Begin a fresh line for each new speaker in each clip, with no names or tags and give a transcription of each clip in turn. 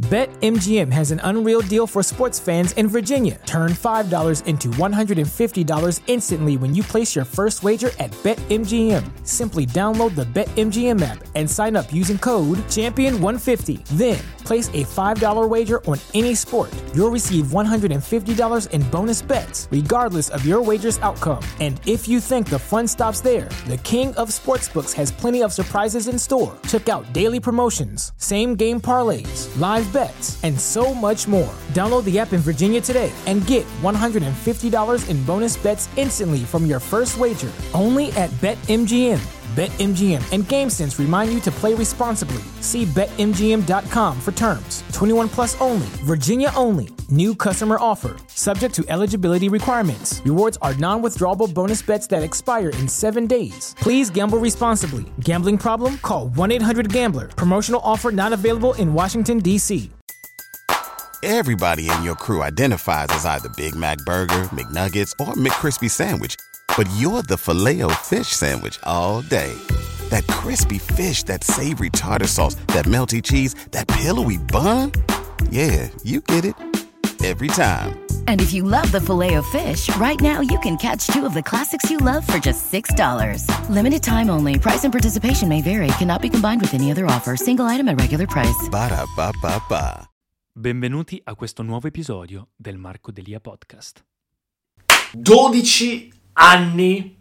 BetMGM has an unreal deal for sports fans in Virginia. Turn $5 into $150 instantly when you place your first wager at BetMGM. Simply download the BetMGM app and sign up using code Champion150. Then, place a $5 wager on any sport. You'll receive $150 in bonus bets, regardless of your wager's outcome. And if you think the fun stops there, the King of Sportsbooks has plenty of surprises in store. Check out daily promotions, same-game parlays, live bets, and so much more. Download the app in Virginia today and get $150 in bonus bets instantly from your first wager. Only at BetMGM. BetMGM and GameSense remind you to play responsibly. See BetMGM.com for terms. 21 plus only. Virginia only. New customer offer. Subject to eligibility requirements. Rewards are non-withdrawable bonus bets that expire in 7 days. Please gamble responsibly. Gambling problem? Call 1-800-GAMBLER. Promotional offer not available in Washington, D.C.
Everybody in your crew identifies as either Big Mac Burger, McNuggets, or McCrispy Sandwich. But you're the Filet-O-Fish Sandwich all day. That crispy fish, that savory tartar sauce, that melty cheese, that pillowy bun. Yeah, you get it. Every time.
And if you love the Filet-O-Fish, right now you can catch two of the classics you love for just $6. Limited time only. Price and participation may vary. Cannot be combined with any other offer. Single item at regular price.
Ba-da-ba-ba-ba.
Benvenuti a questo nuovo episodio del Marco Delia Podcast.
12 anni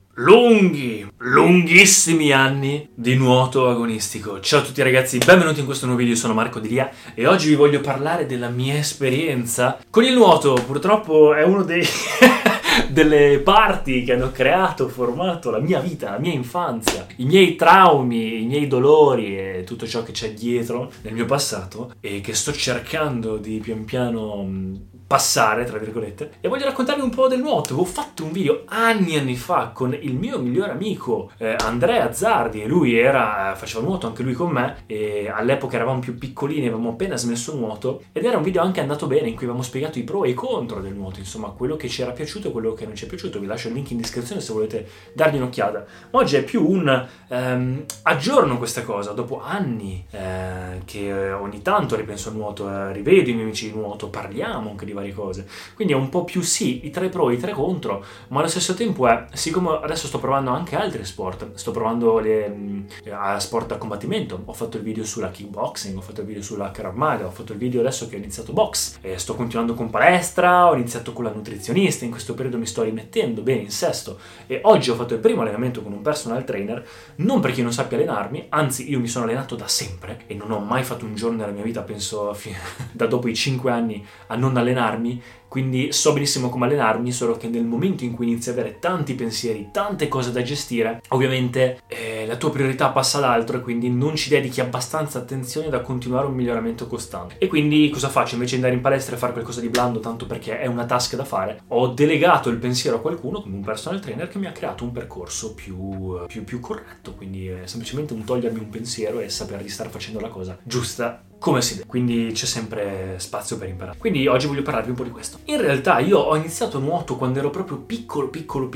lunghissimi anni di nuoto agonistico. Ciao a tutti ragazzi, benvenuti in questo nuovo video, sono Marco Delia e oggi vi voglio parlare della mia esperienza con il nuoto. Purtroppo è uno dei delle parti che hanno formato la mia vita, la mia infanzia, i miei traumi, i miei dolori e tutto ciò che c'è dietro nel mio passato e che sto cercando di pian piano passare, tra virgolette, e voglio raccontarvi un po' del nuoto. Ho fatto un video anni fa con il mio migliore amico Andrea Azzardi, e lui faceva nuoto anche lui con me, e all'epoca eravamo più piccolini, avevamo appena smesso il nuoto, ed era un video anche andato bene in cui avevamo spiegato i pro e i contro del nuoto, insomma quello che ci era piaciuto e quello che non ci è piaciuto. Vi lascio il link in descrizione se volete dargli un'occhiata. Ma oggi è più un aggiorno questa cosa, dopo anni che ogni tanto ripenso al nuoto, rivedo i miei amici di nuoto, parliamo anche di varie cose, quindi è un po' più sì i 3 pro e i 3 contro, ma allo stesso tempo siccome adesso sto provando anche altri sport, sto provando a sport da combattimento, ho fatto il video sulla kickboxing, ho fatto il video sulla Krav Maga, ho fatto il video adesso che ho iniziato box, sto continuando con palestra, ho iniziato con la nutrizionista, in questo periodo mi sto rimettendo bene in sesto e oggi ho fatto il primo allenamento con un personal trainer, non perché io non sappia allenarmi, anzi io mi sono allenato da sempre e non ho mai fatto un giorno nella mia vita, penso da dopo i 5 anni, a non allenarmi, quindi so benissimo come allenarmi, solo che nel momento in cui inizi a avere tanti pensieri, tante cose da gestire, ovviamente la tua priorità passa ad altro e quindi non ci dedichi abbastanza attenzione da continuare un miglioramento costante. E quindi cosa faccio? Invece di andare in palestra e fare qualcosa di blando, tanto perché è una task da fare, ho delegato il pensiero a qualcuno, come un personal trainer, che mi ha creato un percorso più corretto, quindi è semplicemente un togliermi un pensiero e saper di stare facendo la cosa giusta come si deve, quindi c'è sempre spazio per imparare. Quindi oggi voglio parlarvi un po' di questo. In realtà io ho iniziato nuoto quando ero proprio piccolo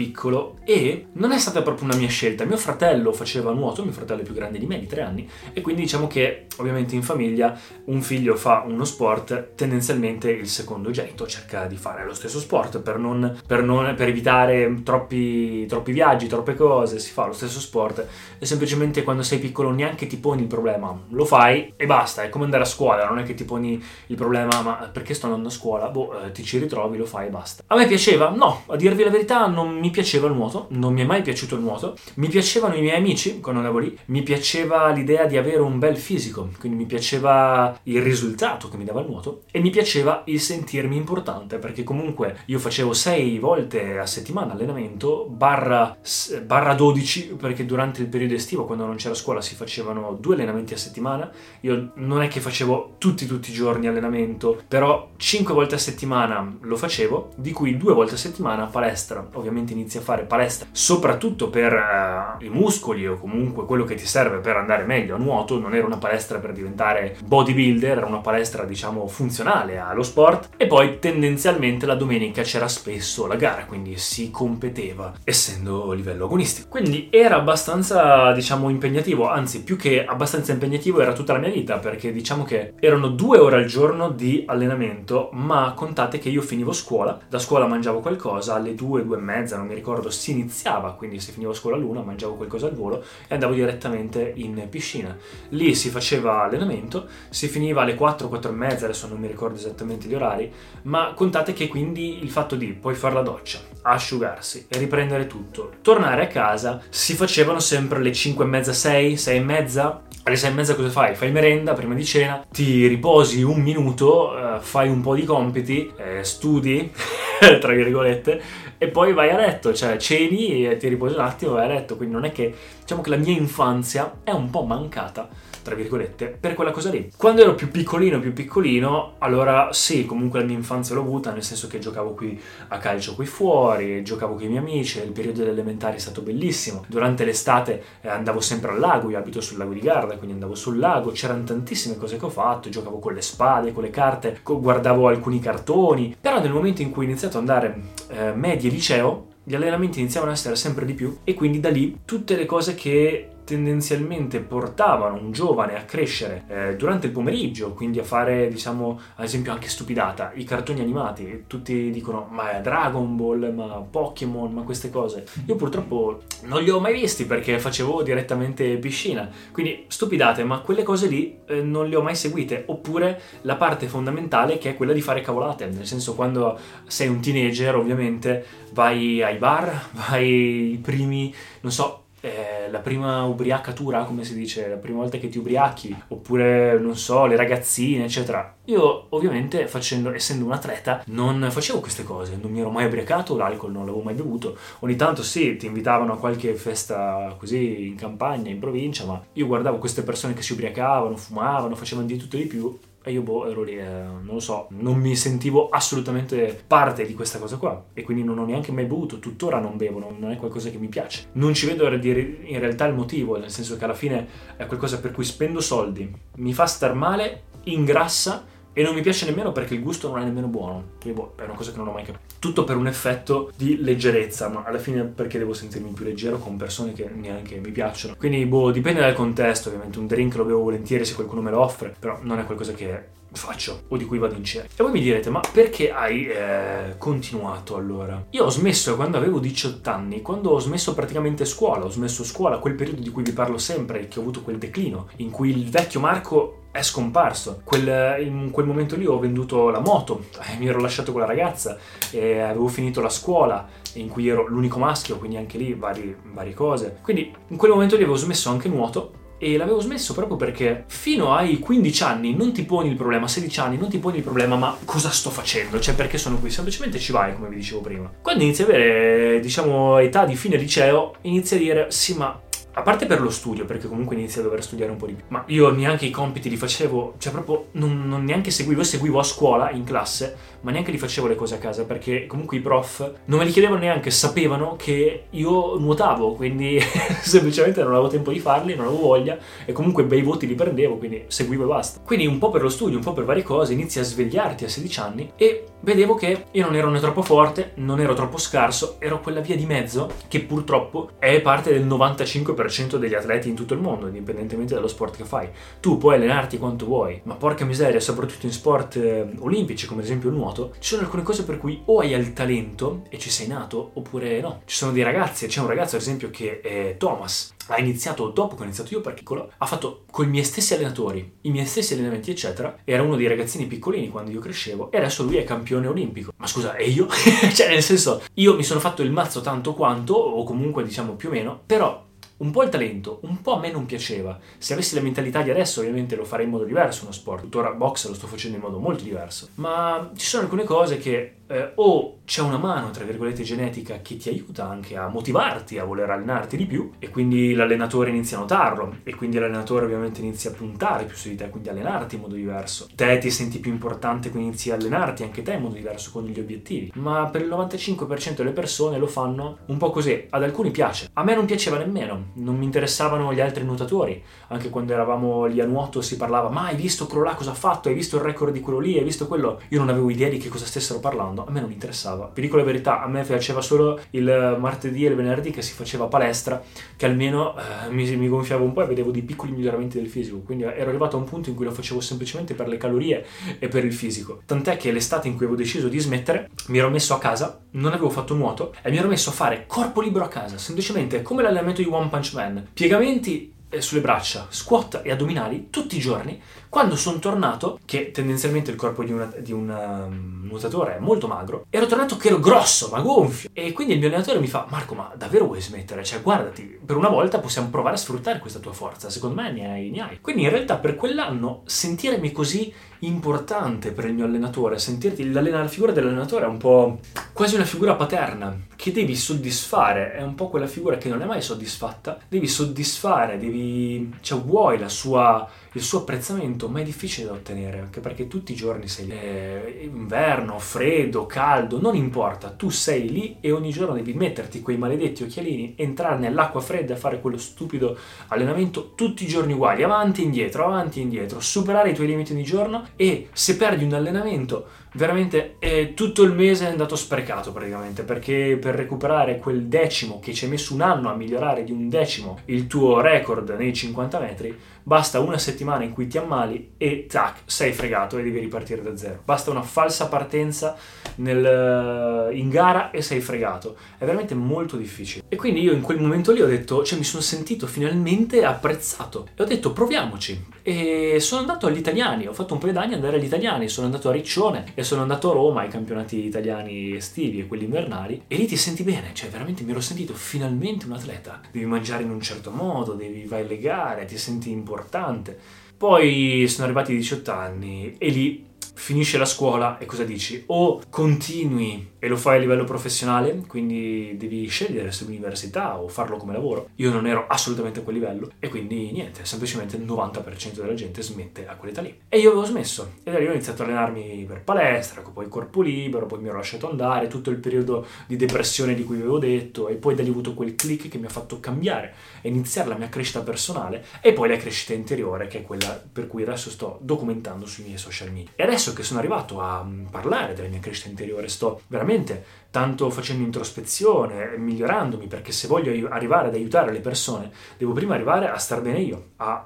e non è stata proprio una mia scelta. Mio fratello faceva nuoto, mio fratello è più grande di me, di 3 anni, e quindi diciamo che ovviamente in famiglia un figlio fa uno sport, tendenzialmente il secondogenito cerca di fare lo stesso sport per evitare troppi viaggi, troppe cose, si fa lo stesso sport e semplicemente quando sei piccolo neanche ti poni il problema, lo fai e basta, è come andare a scuola, non è che ti poni il problema ma perché sto andando a scuola, ti ci ritrovi, lo fai e basta. A me piaceva? No, a dirvi la verità non mi piaceva il nuoto, non mi è mai piaciuto il nuoto, mi piacevano i miei amici quando andavo lì, mi piaceva l'idea di avere un bel fisico, quindi mi piaceva il risultato che mi dava il nuoto e mi piaceva il sentirmi importante, perché comunque io facevo 6 volte a settimana allenamento barra 12, perché durante il periodo estivo, quando non c'era scuola, si facevano 2 allenamenti a settimana. Io non è che facevo tutti i giorni allenamento, però 5 volte a settimana lo facevo, di cui 2 volte a settimana palestra. Ovviamente inizi a fare palestra soprattutto per i muscoli o comunque quello che ti serve per andare meglio a nuoto. Non era una palestra per diventare bodybuilder, era una palestra diciamo funzionale allo sport, e poi tendenzialmente la domenica c'era spesso la gara, quindi si competeva essendo livello agonistico, quindi era abbastanza diciamo impegnativo, anzi più che abbastanza impegnativo era tutta la mia vita, perché diciamo diciamo che erano 2 ore al giorno di allenamento, ma contate che io finivo scuola, da scuola mangiavo qualcosa, alle 2, 2:30, non mi ricordo, si iniziava, quindi se finivo scuola all'1 mangiavo qualcosa al volo e andavo direttamente in piscina. Lì si faceva allenamento, si finiva alle 4, 4:30, adesso non mi ricordo esattamente gli orari, ma contate che quindi il fatto di poi fare la doccia, asciugarsi e riprendere tutto, tornare a casa, si facevano sempre le 5:30, 6, 6:30. Alle 6:30 cosa fai? Fai merenda prima di cena, ti riposi un minuto, fai un po' di compiti, studi, tra virgolette, e poi vai a letto, cioè ceni e ti riposi un attimo e vai a letto. Quindi non è che, diciamo che la mia infanzia è un po' mancata, tra virgolette, per quella cosa lì. Quando ero più piccolino, allora sì, comunque la mia infanzia l'ho avuta, nel senso che giocavo qui a calcio qui fuori, giocavo con i miei amici, il periodo delle elementari è stato bellissimo. Durante l'estate andavo sempre al lago, io abito sul lago di Garda, quindi andavo sul lago, c'erano tantissime cose che ho fatto, giocavo con le spade, con le carte, guardavo alcuni cartoni, però nel momento in cui ho iniziato ad andare medie liceo, gli allenamenti iniziavano a essere sempre di più e quindi da lì tutte le cose che tendenzialmente portavano un giovane a crescere durante il pomeriggio, quindi a fare, diciamo, ad esempio anche stupidata, i cartoni animati. Tutti dicono ma è Dragon Ball, ma Pokémon, ma queste cose. Io purtroppo non li ho mai visti perché facevo direttamente piscina, quindi stupidate, ma quelle cose lì non le ho mai seguite. Oppure la parte fondamentale, che è quella di fare cavolate, nel senso, quando sei un teenager ovviamente vai ai bar, vai i primi, non so, la prima ubriacatura, come si dice, la prima volta che ti ubriachi, oppure non so, le ragazzine eccetera. Io ovviamente essendo un atleta non facevo queste cose, non mi ero mai ubriacato, l'alcol non l'avevo mai bevuto. Ogni tanto sì, ti invitavano a qualche festa così in campagna, in provincia, ma io guardavo queste persone che si ubriacavano, fumavano, facevano di tutto e di più. E io ero lì, non lo so, non mi sentivo assolutamente parte di questa cosa qua e quindi non ho neanche mai bevuto, tuttora non bevo, non è qualcosa che mi piace. Non ci vedo in realtà il motivo, nel senso che alla fine è qualcosa per cui spendo soldi, mi fa star male, ingrassa e non mi piace nemmeno perché il gusto non è nemmeno buono. Quindi è una cosa che non ho mai capito. Tutto per un effetto di leggerezza, ma alla fine perché devo sentirmi più leggero con persone che neanche mi piacciono. Quindi dipende dal contesto, ovviamente un drink lo bevo volentieri se qualcuno me lo offre, però non è qualcosa che faccio o di cui vado in cerca. E voi mi direte, ma perché hai continuato allora? Io ho smesso quando avevo 18 anni, quando ho smesso praticamente scuola, quel periodo di cui vi parlo sempre, che ho avuto quel declino, in cui il vecchio Marco è scomparso. In quel momento lì ho venduto la moto, mi ero lasciato con la ragazza e avevo finito la scuola in cui ero l'unico maschio, quindi anche lì varie cose. Quindi in quel momento lì avevo smesso anche nuoto. E l'avevo smesso proprio perché fino ai 15 anni non ti poni il problema, 16 anni non ti poni il problema, ma cosa sto facendo? Cioè, perché sono qui? Semplicemente ci vai, come vi dicevo prima. Quando inizi a avere, diciamo, età di fine liceo, inizi a dire, sì, ma a parte per lo studio, perché comunque inizi a dover studiare un po' di più, ma io neanche i compiti li facevo, cioè proprio non neanche seguivo a scuola, in classe, ma neanche li facevo le cose a casa, perché comunque i prof non me li chiedevano neanche, sapevano che io nuotavo, quindi semplicemente non avevo tempo di farli, non avevo voglia, e comunque bei voti li prendevo, quindi seguivo e basta. Quindi un po' per lo studio, un po' per varie cose, inizi a svegliarti a 16 anni, e vedevo che io non ero né troppo forte, non ero troppo scarso, ero quella via di mezzo che purtroppo è parte del 95% degli atleti in tutto il mondo, indipendentemente dallo sport che fai. Tu puoi allenarti quanto vuoi, ma porca miseria, soprattutto in sport olimpici come ad esempio il nuoto, ci sono alcune cose per cui o hai il talento e ci sei nato, oppure no. Ci sono dei ragazzi, c'è un ragazzo ad esempio che è Thomas, ha iniziato dopo che ho iniziato io, perché ha fatto con i miei stessi allenatori, i miei stessi allenamenti eccetera, era uno dei ragazzini piccolini quando io crescevo e adesso lui è campione olimpico. Ma scusa, e io? Cioè, nel senso, io mi sono fatto il mazzo tanto quanto, o comunque diciamo più o meno, però un po' il talento, un po' a me non piaceva. Se avessi la mentalità di adesso ovviamente lo farei in modo diverso uno sport. Tuttora box lo sto facendo in modo molto diverso. Ma ci sono alcune cose che o c'è una mano, tra virgolette, genetica che ti aiuta anche a motivarti a voler allenarti di più, e quindi l'allenatore inizia a notarlo, e quindi l'allenatore ovviamente inizia a puntare più su di te, quindi allenarti in modo diverso. Te ti senti più importante, quindi inizi a allenarti anche te in modo diverso con gli obiettivi. Ma per il 95% delle persone lo fanno un po' così. Ad alcuni piace, a me non piaceva nemmeno, non mi interessavano gli altri nuotatori. Anche quando eravamo lì a nuoto si parlava, ma hai visto quello là cosa ha fatto, hai visto il record di quello lì, hai visto quello? Io non avevo idea di che cosa stessero parlando. nonno, a me non interessava. Vi dico la verità, a me piaceva solo il martedì e il venerdì che si faceva palestra, che almeno mi gonfiavo un po' e vedevo dei piccoli miglioramenti del fisico, quindi ero arrivato a un punto in cui lo facevo semplicemente per le calorie e per il fisico. Tant'è che l'estate in cui avevo deciso di smettere, mi ero messo a casa, non avevo fatto nuoto e mi ero messo a fare corpo libero a casa, semplicemente come l'allenamento di One Punch Man, piegamenti sulle braccia, squat e addominali tutti i giorni. Quando sono tornato, che tendenzialmente il corpo di un nuotatore è molto magro, ero tornato che ero grosso, ma gonfio. E quindi il mio allenatore mi fa: Marco, ma davvero vuoi smettere? Cioè, guardati, per una volta possiamo provare a sfruttare questa tua forza, secondo me ne hai. Quindi in realtà per quell'anno sentirmi così importante per il mio allenatore, sentirti la figura dell'allenatore è un po' quasi una figura paterna che devi soddisfare, è un po' quella figura che non è mai soddisfatta, devi soddisfare, vuoi il suo apprezzamento, ma è difficile da ottenere, anche perché tutti i giorni sei lì, inverno, freddo, caldo, non importa, tu sei lì e ogni giorno devi metterti quei maledetti occhialini, entrare nell'acqua fredda e fare quello stupido allenamento tutti i giorni uguali, avanti e indietro, superare i tuoi limiti ogni giorno. E se perdi un allenamento, veramente tutto il mese è andato sprecato praticamente, perché per recuperare quel decimo che ci hai messo un anno a migliorare di un decimo il tuo record nei 50 metri, basta una settimana in cui ti ammali e tac, sei fregato e devi ripartire da zero. Basta una falsa partenza in gara e sei fregato. È veramente molto difficile. E quindi io in quel momento lì ho detto, mi sono sentito finalmente apprezzato e ho detto proviamoci. E sono andato agli italiani, ho fatto un paio d'anni andare agli italiani, sono andato a Riccione e sono andato a Roma ai campionati italiani estivi e quelli invernali, e lì ti senti bene, veramente mi ero sentito finalmente un atleta. Devi mangiare in un certo modo, vai alle gare, ti senti importante. Poi sono arrivati i 18 anni e lì finisce la scuola e cosa dici? O continui e lo fai a livello professionale, quindi devi scegliere se l'università o farlo come lavoro. Io non ero assolutamente a quel livello e quindi niente, semplicemente il 90% della gente smette a quell'età lì. E io avevo smesso e da lì ho iniziato a allenarmi per palestra, poi corpo libero, poi mi ero lasciato andare, tutto il periodo di depressione di cui avevo detto, e poi da lì ho avuto quel click che mi ha fatto cambiare e iniziare la mia crescita personale e poi la crescita interiore, che è quella per cui adesso sto documentando sui miei social media. E adesso che sono arrivato a parlare della mia crescita interiore, sto veramente tanto facendo introspezione e migliorandomi, perché se voglio arrivare ad aiutare le persone devo prima arrivare a star bene io, a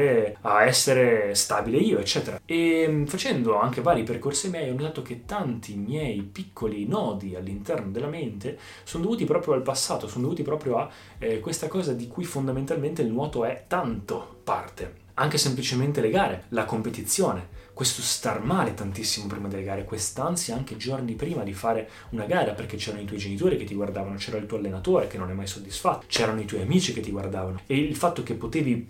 essere stabile io, eccetera. E facendo anche vari percorsi miei ho notato che tanti miei piccoli nodi all'interno della mente sono dovuti proprio al passato, sono dovuti proprio a questa cosa di cui fondamentalmente il nuoto è tanto parte. Anche semplicemente le gare, la competizione, questo star male tantissimo prima delle gare, quest'ansia anche giorni prima di fare una gara, perché c'erano i tuoi genitori che ti guardavano, c'era il tuo allenatore che non è mai soddisfatto, c'erano i tuoi amici che ti guardavano, e il fatto che potevi,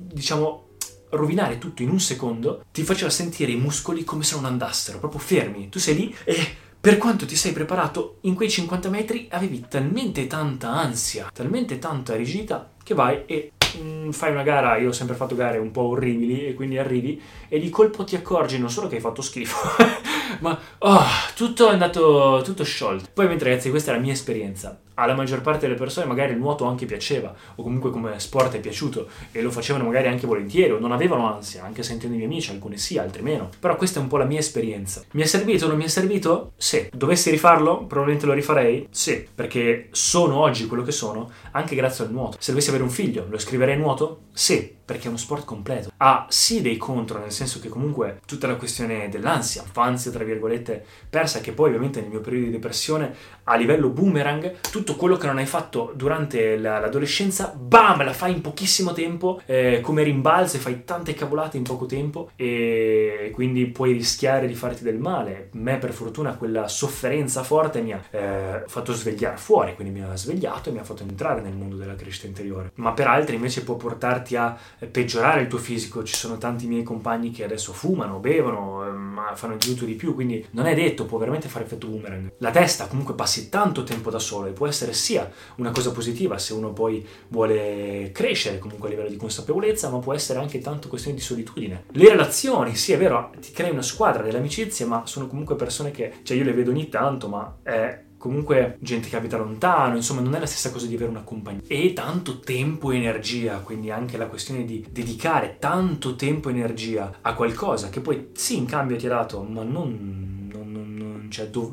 rovinare tutto in un secondo ti faceva sentire i muscoli come se non andassero, proprio fermi. Tu sei lì e per quanto ti sei preparato in quei 50 metri avevi talmente tanta ansia, talmente tanta rigidità che vai e fai una gara. Io ho sempre fatto gare un po' orribili e quindi arrivi e di colpo ti accorgi non solo che hai fatto schifo ma tutto è andato tutto sciolto. Poi ovviamente ragazzi, questa è la mia esperienza. Alla maggior parte delle persone magari il nuoto anche piaceva, o comunque come sport è piaciuto e lo facevano magari anche volentieri, o non avevano ansia, anche sentendo i miei amici, alcuni sì, altri meno. Però questa è un po' la mia esperienza. Mi è servito o non mi è servito? Sì. Dovessi rifarlo? Probabilmente lo rifarei? Sì, perché sono oggi quello che sono anche grazie al nuoto. Se dovessi avere un figlio, lo iscriverei in nuoto? Sì, perché è uno sport completo. Ha sì dei contro, nel senso che comunque tutta la questione dell'ansia, infanzia tra virgolette persa, che poi ovviamente nel mio periodo di depressione a livello boomerang, tutto quello che non hai fatto durante l'adolescenza, bam, la fai in pochissimo tempo, come rimbalzo, e fai tante cavolate in poco tempo e quindi puoi rischiare di farti del male. Me per fortuna quella sofferenza forte mi ha fatto svegliare fuori, quindi mi ha svegliato e mi ha fatto entrare nel mondo della crescita interiore. Ma per altri invece può portarti a peggiorare il tuo fisico. Ci sono tanti miei compagni che adesso fumano, bevono, ma fanno di tutto di più, quindi non è detto, può veramente fare effetto boomerang. La testa, comunque passi tanto tempo da solo e può essere sia una cosa positiva se uno poi vuole crescere comunque a livello di consapevolezza, ma può essere anche tanto questione di solitudine. Le relazioni, sì è vero, ti crei una squadra, delle amicizie, ma sono comunque persone che, io le vedo ogni tanto, ma è comunque gente che abita lontano, insomma non è la stessa cosa di avere una compagnia. E tanto tempo e energia, quindi anche la questione di dedicare tanto tempo e non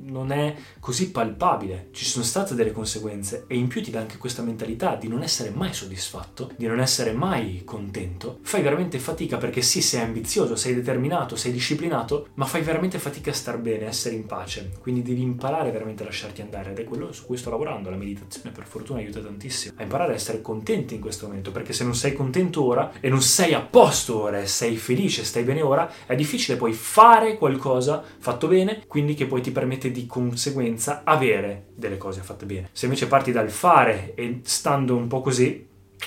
non è così palpabile, ci sono state delle conseguenze e in più ti dà anche questa mentalità di non essere mai soddisfatto, di non essere mai contento. Fai veramente fatica perché sì, sei ambizioso, sei determinato, sei disciplinato, ma fai veramente fatica a star bene, a essere in pace, quindi devi imparare veramente a lasciarti andare ed è quello su cui sto lavorando. La meditazione per fortuna aiuta tantissimo a imparare a essere contenti in questo momento, perché se non sei contento ora e non sei a posto ora e sei felice, stai bene ora, è difficile poi fare qualcosa fatto bene, quindi che poi ti permette di conseguenza avere delle cose fatte bene. Se invece parti dal fare e stando un po' così,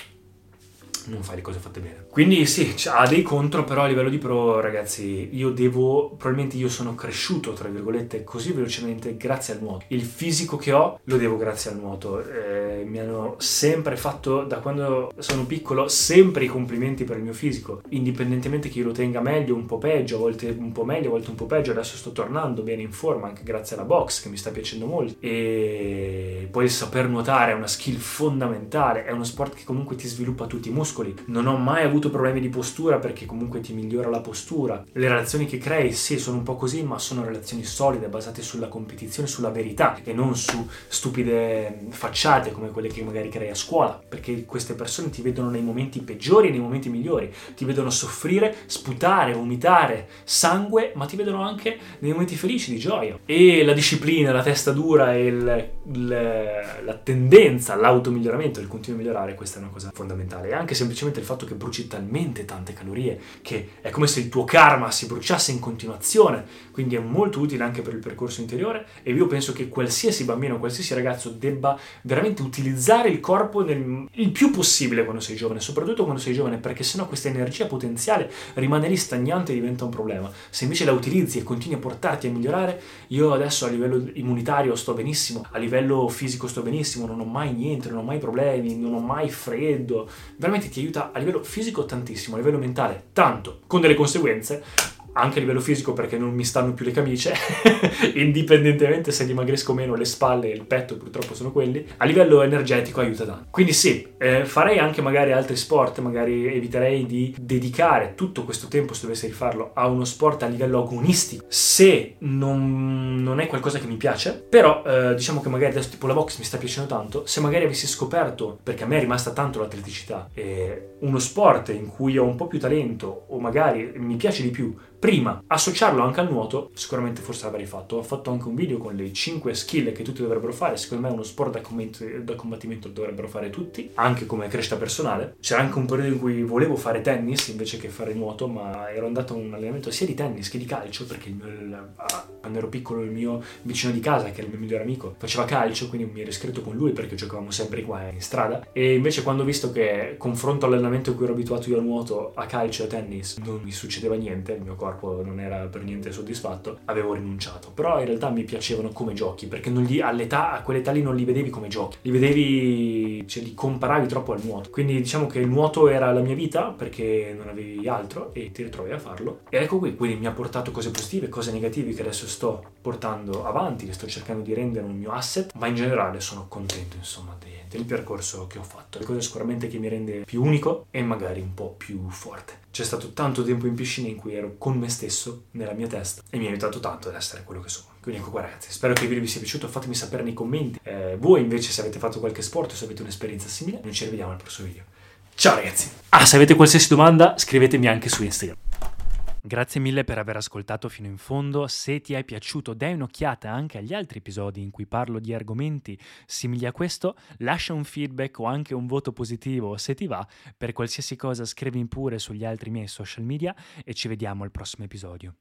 non fai le cose fatte bene. Quindi sì, ha dei contro, però a livello di pro, ragazzi, probabilmente io sono cresciuto, tra virgolette, così velocemente grazie al nuoto. Il fisico che ho lo devo grazie al nuoto. Mi hanno sempre fatto, da quando sono piccolo, sempre i complimenti per il mio fisico, indipendentemente che io lo tenga meglio, un po' peggio, a volte un po' meglio, a volte un po' peggio. Adesso sto tornando bene in forma, anche grazie alla box, che mi sta piacendo molto. E poi il saper nuotare è una skill fondamentale, è uno sport che comunque ti sviluppa tutti i muscoli. Non ho mai avuto problemi di postura perché comunque ti migliora la postura. Le relazioni che crei, sì, sono un po' così, ma sono relazioni solide, basate sulla competizione, sulla verità e non su stupide facciate come quelle che magari crei a scuola, perché queste persone ti vedono nei momenti peggiori e nei momenti migliori, ti vedono soffrire, sputare, vomitare, sangue, ma ti vedono anche nei momenti felici, di gioia. E la disciplina, la testa dura e la tendenza all'automiglioramento, il continuo a migliorare, questa è una cosa fondamentale. E anche semplicemente il fatto che bruci talmente tante calorie che è come se il tuo karma si bruciasse in continuazione, quindi è molto utile anche per il percorso interiore. E io penso che qualsiasi bambino, qualsiasi ragazzo debba veramente utilizzare il corpo il più possibile quando sei giovane, soprattutto quando sei giovane, perché sennò questa energia potenziale rimane lì stagnante e diventa un problema. Se invece la utilizzi e continui a portarti a migliorare, io adesso a livello immunitario sto benissimo, a livello fisico sto benissimo, non ho mai niente, non ho mai problemi, non ho mai freddo, veramente ti aiuta a livello fisico tantissimo, a livello mentale tanto, con delle conseguenze anche a livello fisico perché non mi stanno più le camicie indipendentemente se dimagrisco o meno, le spalle e il petto purtroppo sono quelli. A livello energetico aiuta tanto, quindi sì, farei anche magari altri sport, magari eviterei di dedicare tutto questo tempo, se dovessi rifarlo, a uno sport a livello agonistico se non è qualcosa che mi piace. Però diciamo che magari adesso tipo la box mi sta piacendo tanto, se magari avessi scoperto, perché a me è rimasta tanto l'atleticità, uno sport in cui ho un po' più talento o magari mi piace di più, prima associarlo anche al nuoto, sicuramente forse l'avrei fatto. Ho fatto anche un video con le 5 skill che tutti dovrebbero fare. Secondo me uno sport da combattimento lo dovrebbero fare tutti, anche come crescita personale. C'era anche un periodo in cui volevo fare tennis invece che fare nuoto, ma ero andato a un allenamento sia di tennis che di calcio, perché quando ero piccolo il mio vicino di casa, che è il mio migliore amico, faceva calcio, quindi mi ero iscritto con lui perché giocavamo sempre qua in strada. E invece quando ho visto che confronto all'allenamento in cui ero abituato io a nuoto, a calcio e a tennis, non mi succedeva niente, il mio corpo non era per niente soddisfatto, avevo rinunciato. Però in realtà mi piacevano come giochi, perché a quell'età lì non li vedevi come giochi, li vedevi, cioè li comparavi troppo al nuoto. Quindi diciamo che il nuoto era la mia vita perché non avevi altro e ti ritrovi a farlo. E ecco qui, quindi mi ha portato cose positive, cose negative che adesso sto portando avanti, che sto cercando di rendere un mio asset, ma in generale sono contento insomma del percorso che ho fatto. Le cose sicuramente che mi rende più unico e magari un po' più forte. C'è stato tanto tempo in piscina in cui ero con me stesso, nella mia testa, e mi ha aiutato tanto ad essere quello che sono. Quindi ecco qua ragazzi, spero che il video vi sia piaciuto, fatemi sapere nei commenti voi invece se avete fatto qualche sport o se avete un'esperienza simile. Noi ci rivediamo al prossimo video. Ciao ragazzi! Se avete qualsiasi domanda scrivetemi anche su Instagram.
Grazie mille per aver ascoltato fino in fondo. Se ti è piaciuto, dai un'occhiata anche agli altri episodi in cui parlo di argomenti simili a questo, lascia un feedback o anche un voto positivo se ti va. Per qualsiasi cosa scrivi pure sugli altri miei social media e ci vediamo al prossimo episodio.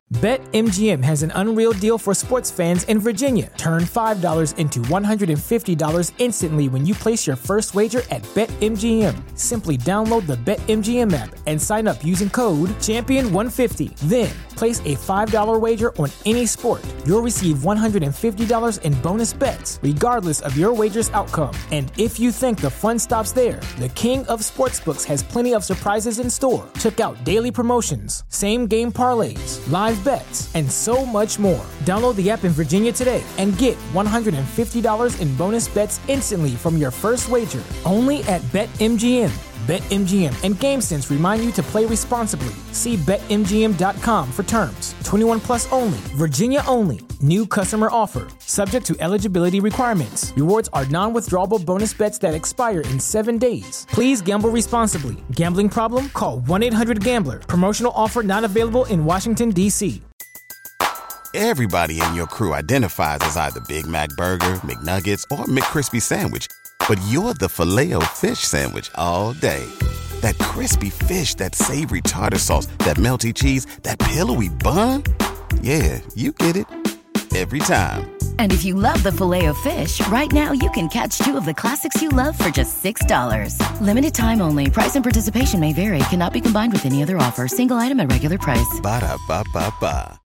BetMGM has an unreal deal for sports fans in Virginia. Turn $5 into $150 instantly when you place your first wager at BetMGM. Simply download the BetMGM app and sign up using code Champion150. Then, place a $5 wager on any sport. You'll receive $150 in bonus bets, regardless of your wager's outcome. And if you think the fun stops there, the king of sportsbooks has plenty of surprises in store. Check out daily promotions, same-game parlays, live bets, and so much more. Download the app in Virginia today and get $150 in bonus bets instantly from your first wager. Only at BetMGM. BetMGM and GameSense remind you to play responsibly. See BetMGM.com for terms. 21 plus only. Virginia only. New customer offer. Subject to eligibility requirements. Rewards are non-withdrawable bonus bets that expire in 7 days. Please gamble responsibly. Gambling problem? Call 1-800-GAMBLER. Promotional offer not available in Washington, D.C.
Everybody in your crew identifies as either Big Mac Burger, McNuggets, or McCrispy Sandwich. But you're the Filet-O-Fish Sandwich all day. That crispy fish, that savory tartar sauce, that melty cheese, that pillowy bun. Yeah, you get it. Every time.
And if you love the Filet-O-Fish, right now you can catch 2 of the classics you love for just $6. Limited time only. Price and participation may vary. Cannot be combined with any other offer. Single item at regular price.
Ba-da-ba-ba-ba.